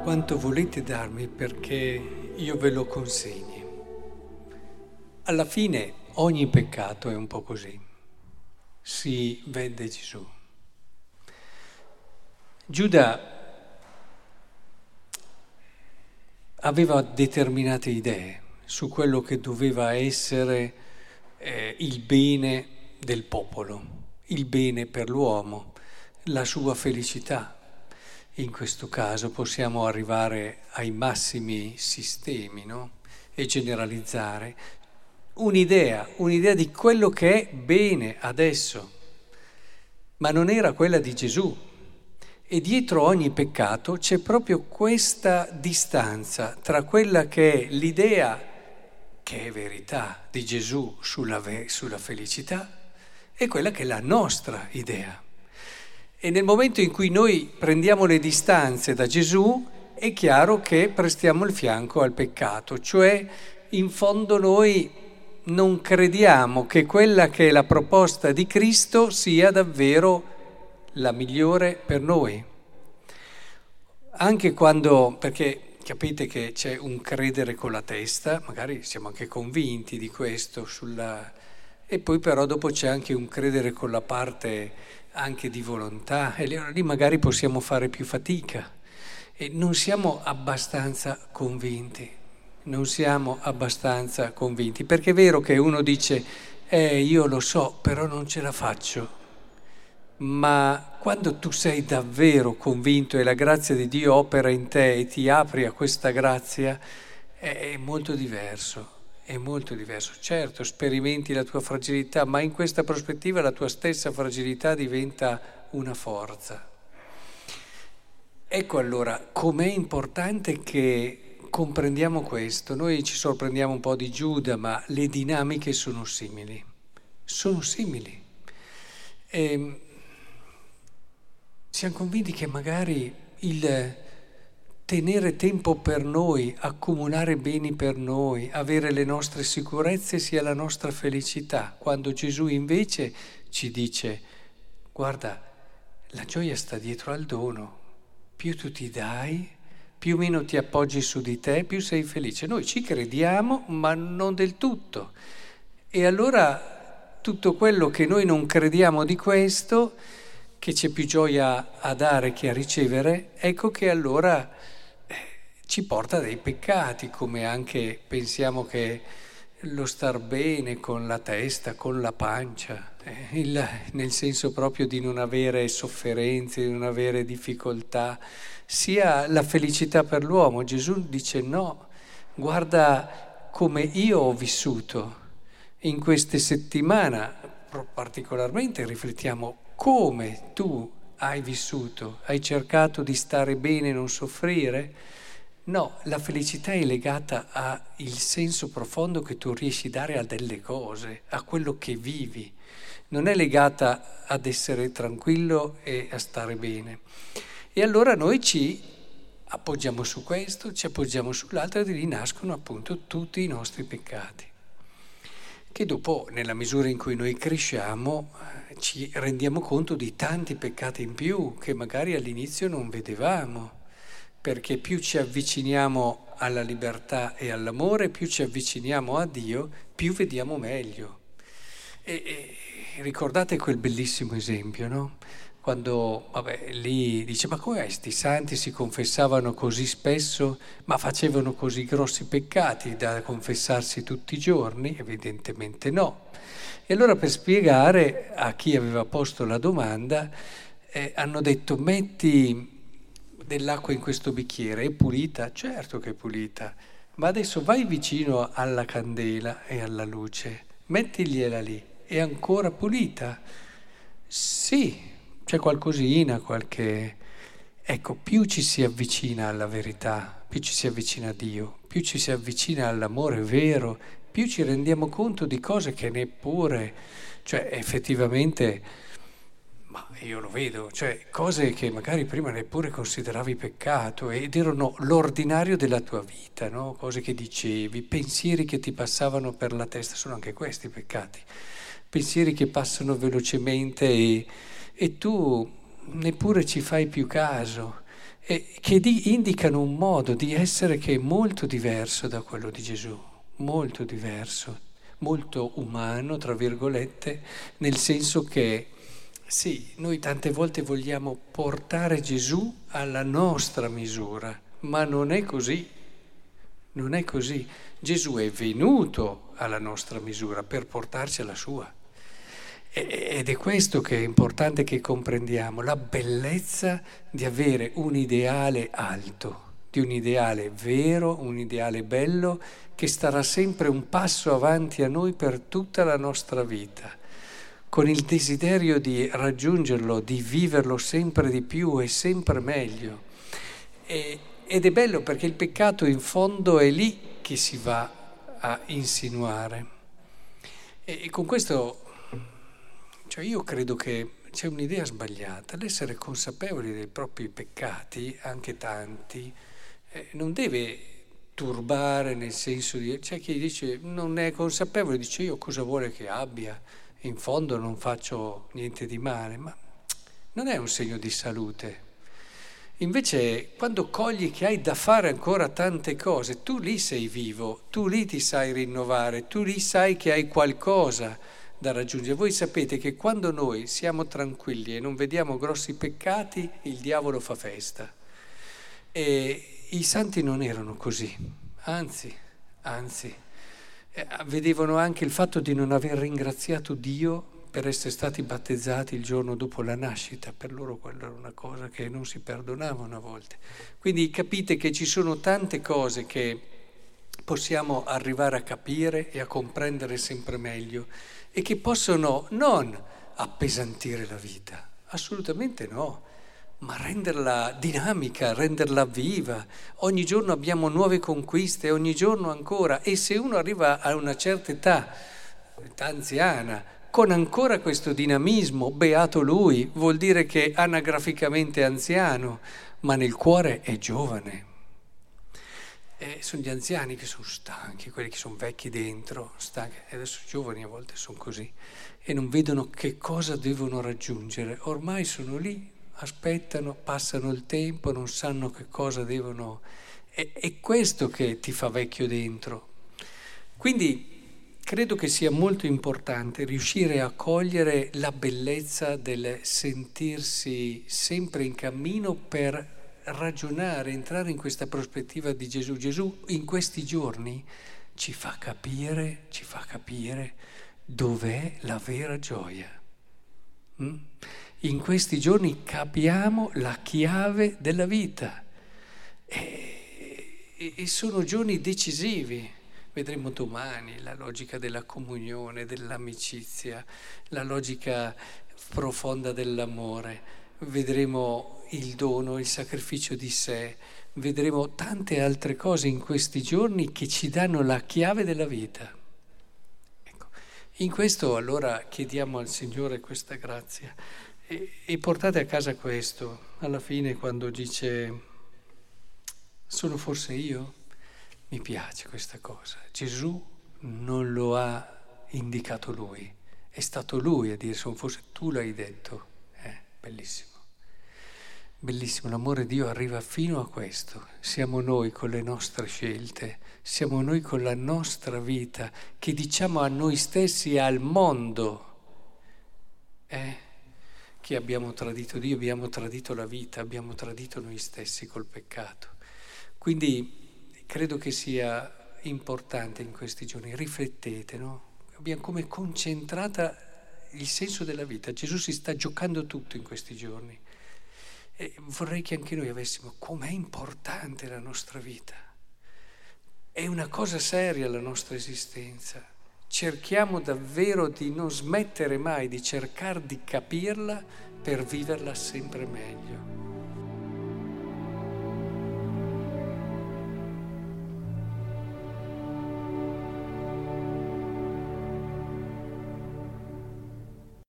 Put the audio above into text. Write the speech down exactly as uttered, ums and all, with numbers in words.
quanto volete darmi perché io ve lo consegni. Alla fine ogni peccato è un po' così. Si vende Gesù. Giuda aveva determinate idee su quello che doveva essere eh, il bene del popolo, il bene per l'uomo, la sua felicità. In questo caso possiamo arrivare ai massimi sistemi, no? E generalizzare. Un'idea, un'idea di quello che è bene adesso, ma non era quella di Gesù. E dietro ogni peccato c'è proprio questa distanza tra quella che è l'idea, che è verità, di Gesù sulla, ve- sulla felicità, e quella che è la nostra idea. E nel momento in cui noi prendiamo le distanze da Gesù, è chiaro che prestiamo il fianco al peccato, cioè in fondo noi non crediamo che quella che è la proposta di Cristo sia davvero la migliore per noi. Anche quando, perché capite che c'è un credere con la testa, magari siamo anche convinti di questo, sulla... e poi però dopo c'è anche un credere con la parte anche di volontà, e lì magari possiamo fare più fatica e non siamo abbastanza convinti, non siamo abbastanza convinti, perché è vero che uno dice eh io lo so, però non ce la faccio, ma quando tu sei davvero convinto e la grazia di Dio opera in te e ti apri a questa grazia, è molto diverso. È molto diverso. Certo, sperimenti la tua fragilità, ma in questa prospettiva la tua stessa fragilità diventa una forza. Ecco allora com'è importante che comprendiamo questo. Noi ci sorprendiamo un po' di Giuda, ma le dinamiche sono simili. Sono simili. E siamo convinti che magari il tenere tempo per noi, accumulare beni per noi, avere le nostre sicurezze sia la nostra felicità, quando Gesù invece ci dice guarda, la gioia sta dietro al dono, più tu ti dai, più meno ti appoggi su di te, più sei felice. Noi ci crediamo, ma non del tutto. E allora tutto quello che noi non crediamo di questo, che c'è più gioia a dare che a ricevere, ecco che allora ci porta a dei peccati, come anche pensiamo che lo star bene con la testa, con la pancia, eh, il, nel senso proprio di non avere sofferenze, di non avere difficoltà, sia la felicità per l'uomo. Gesù dice no, guarda come io ho vissuto in queste settimane, particolarmente riflettiamo come tu hai vissuto, hai cercato di stare bene e non soffrire. No, la felicità è legata al senso profondo che tu riesci a dare a delle cose, a quello che vivi. Non è legata ad essere tranquillo e a stare bene. E allora noi ci appoggiamo su questo, ci appoggiamo sull'altro e di lì nascono appunto tutti i nostri peccati. Che dopo, nella misura in cui noi cresciamo, ci rendiamo conto di tanti peccati in più che magari all'inizio non vedevamo. Perché più ci avviciniamo alla libertà e all'amore, più ci avviciniamo a Dio, più vediamo meglio. E, e ricordate quel bellissimo esempio, no? Quando, vabbè, lì dice, ma come sti santi si confessavano così spesso, ma facevano così grossi peccati da confessarsi tutti i giorni? Evidentemente no. E allora per spiegare a chi aveva posto la domanda, eh, hanno detto, metti dell'acqua in questo bicchiere, è pulita? Certo che è pulita, ma adesso vai vicino alla candela e alla luce, mettigliela lì, è ancora pulita? Sì, c'è qualcosina, qualche... Ecco, più ci si avvicina alla verità, più ci si avvicina a Dio, più ci si avvicina all'amore vero, più ci rendiamo conto di cose che neppure, cioè effettivamente... Ma io lo vedo, cioè cose che magari prima neppure consideravi peccato ed erano l'ordinario della tua vita, no? Cose che dicevi, pensieri che ti passavano per la testa, sono anche questi peccati, pensieri che passano velocemente e, e tu neppure ci fai più caso. e che di, indicano un modo di essere che è molto diverso da quello di Gesù, molto diverso, molto umano, tra virgolette, nel senso che sì, noi tante volte vogliamo portare Gesù alla nostra misura, ma non è così, non è così. Gesù è venuto alla nostra misura per portarci alla sua. Ed è questo che è importante che comprendiamo, la bellezza di avere un ideale alto, di un ideale vero, un ideale bello, che starà sempre un passo avanti a noi per tutta la nostra vita, con il desiderio di raggiungerlo, di viverlo sempre di più e sempre meglio. E, ed è bello perché il peccato in fondo è lì che si va a insinuare. E, e con questo... Cioè io credo che c'è un'idea sbagliata, l'essere consapevoli dei propri peccati, anche tanti, eh, non deve turbare nel senso di... C'è chi dice non è consapevole, dice io cosa vuole che abbia, in fondo non faccio niente di male, ma non è un segno di salute. Invece quando cogli che hai da fare ancora tante cose, tu lì sei vivo, tu lì ti sai rinnovare, tu lì sai che hai qualcosa da raggiungere. Voi sapete che quando noi siamo tranquilli e non vediamo grossi peccati, il diavolo fa festa. E i santi non erano così, anzi, anzi, eh, vedevano anche il fatto di non aver ringraziato Dio per essere stati battezzati il giorno dopo la nascita. Per loro quella era una cosa che non si perdonavano a volte. Quindi capite che ci sono tante cose che possiamo arrivare a capire e a comprendere sempre meglio, e che possono non appesantire la vita, assolutamente no, ma renderla dinamica, renderla viva. Ogni giorno abbiamo nuove conquiste, ogni giorno ancora, e se uno arriva a una certa età, età anziana, con ancora questo dinamismo, beato lui, vuol dire che anagraficamente è anziano, ma nel cuore è giovane. Eh, sono gli anziani che sono stanchi, quelli che sono vecchi dentro, stanchi, e adesso i giovani a volte sono così, e non vedono che cosa devono raggiungere. Ormai sono lì, aspettano, passano il tempo, non sanno che cosa devono... È, è questo che ti fa vecchio dentro. Quindi credo che sia molto importante riuscire a cogliere la bellezza del sentirsi sempre in cammino per ragionare, entrare in questa prospettiva di Gesù. Gesù in questi giorni ci fa capire, ci fa capire dov'è la vera gioia. Mm? In questi giorni capiamo la chiave della vita e, e, e sono giorni decisivi. Vedremo domani la logica della comunione, dell'amicizia, la logica profonda dell'amore. Vedremo il dono, il sacrificio di sé, vedremo tante altre cose in questi giorni che ci danno la chiave della vita. Ecco. In questo allora chiediamo al Signore questa grazia e, e portate a casa questo, alla fine quando dice sono forse io? Mi piace questa cosa. Gesù non lo ha indicato lui, è stato lui a dire sono forse tu l'hai detto. Eh, bellissimo. Bellissimo, l'amore di Dio arriva fino a questo. Siamo noi con le nostre scelte, siamo noi con la nostra vita che diciamo a noi stessi e al mondo eh, che abbiamo tradito Dio, abbiamo tradito la vita, abbiamo tradito noi stessi col peccato. Quindi credo che sia importante in questi giorni, riflettete, no? Abbiamo come concentrata il senso della vita. Gesù si sta giocando tutto in questi giorni. E vorrei che anche noi avessimo com'è importante la nostra vita. È una cosa seria la nostra esistenza. Cerchiamo davvero di non smettere mai di cercare di capirla per viverla sempre meglio.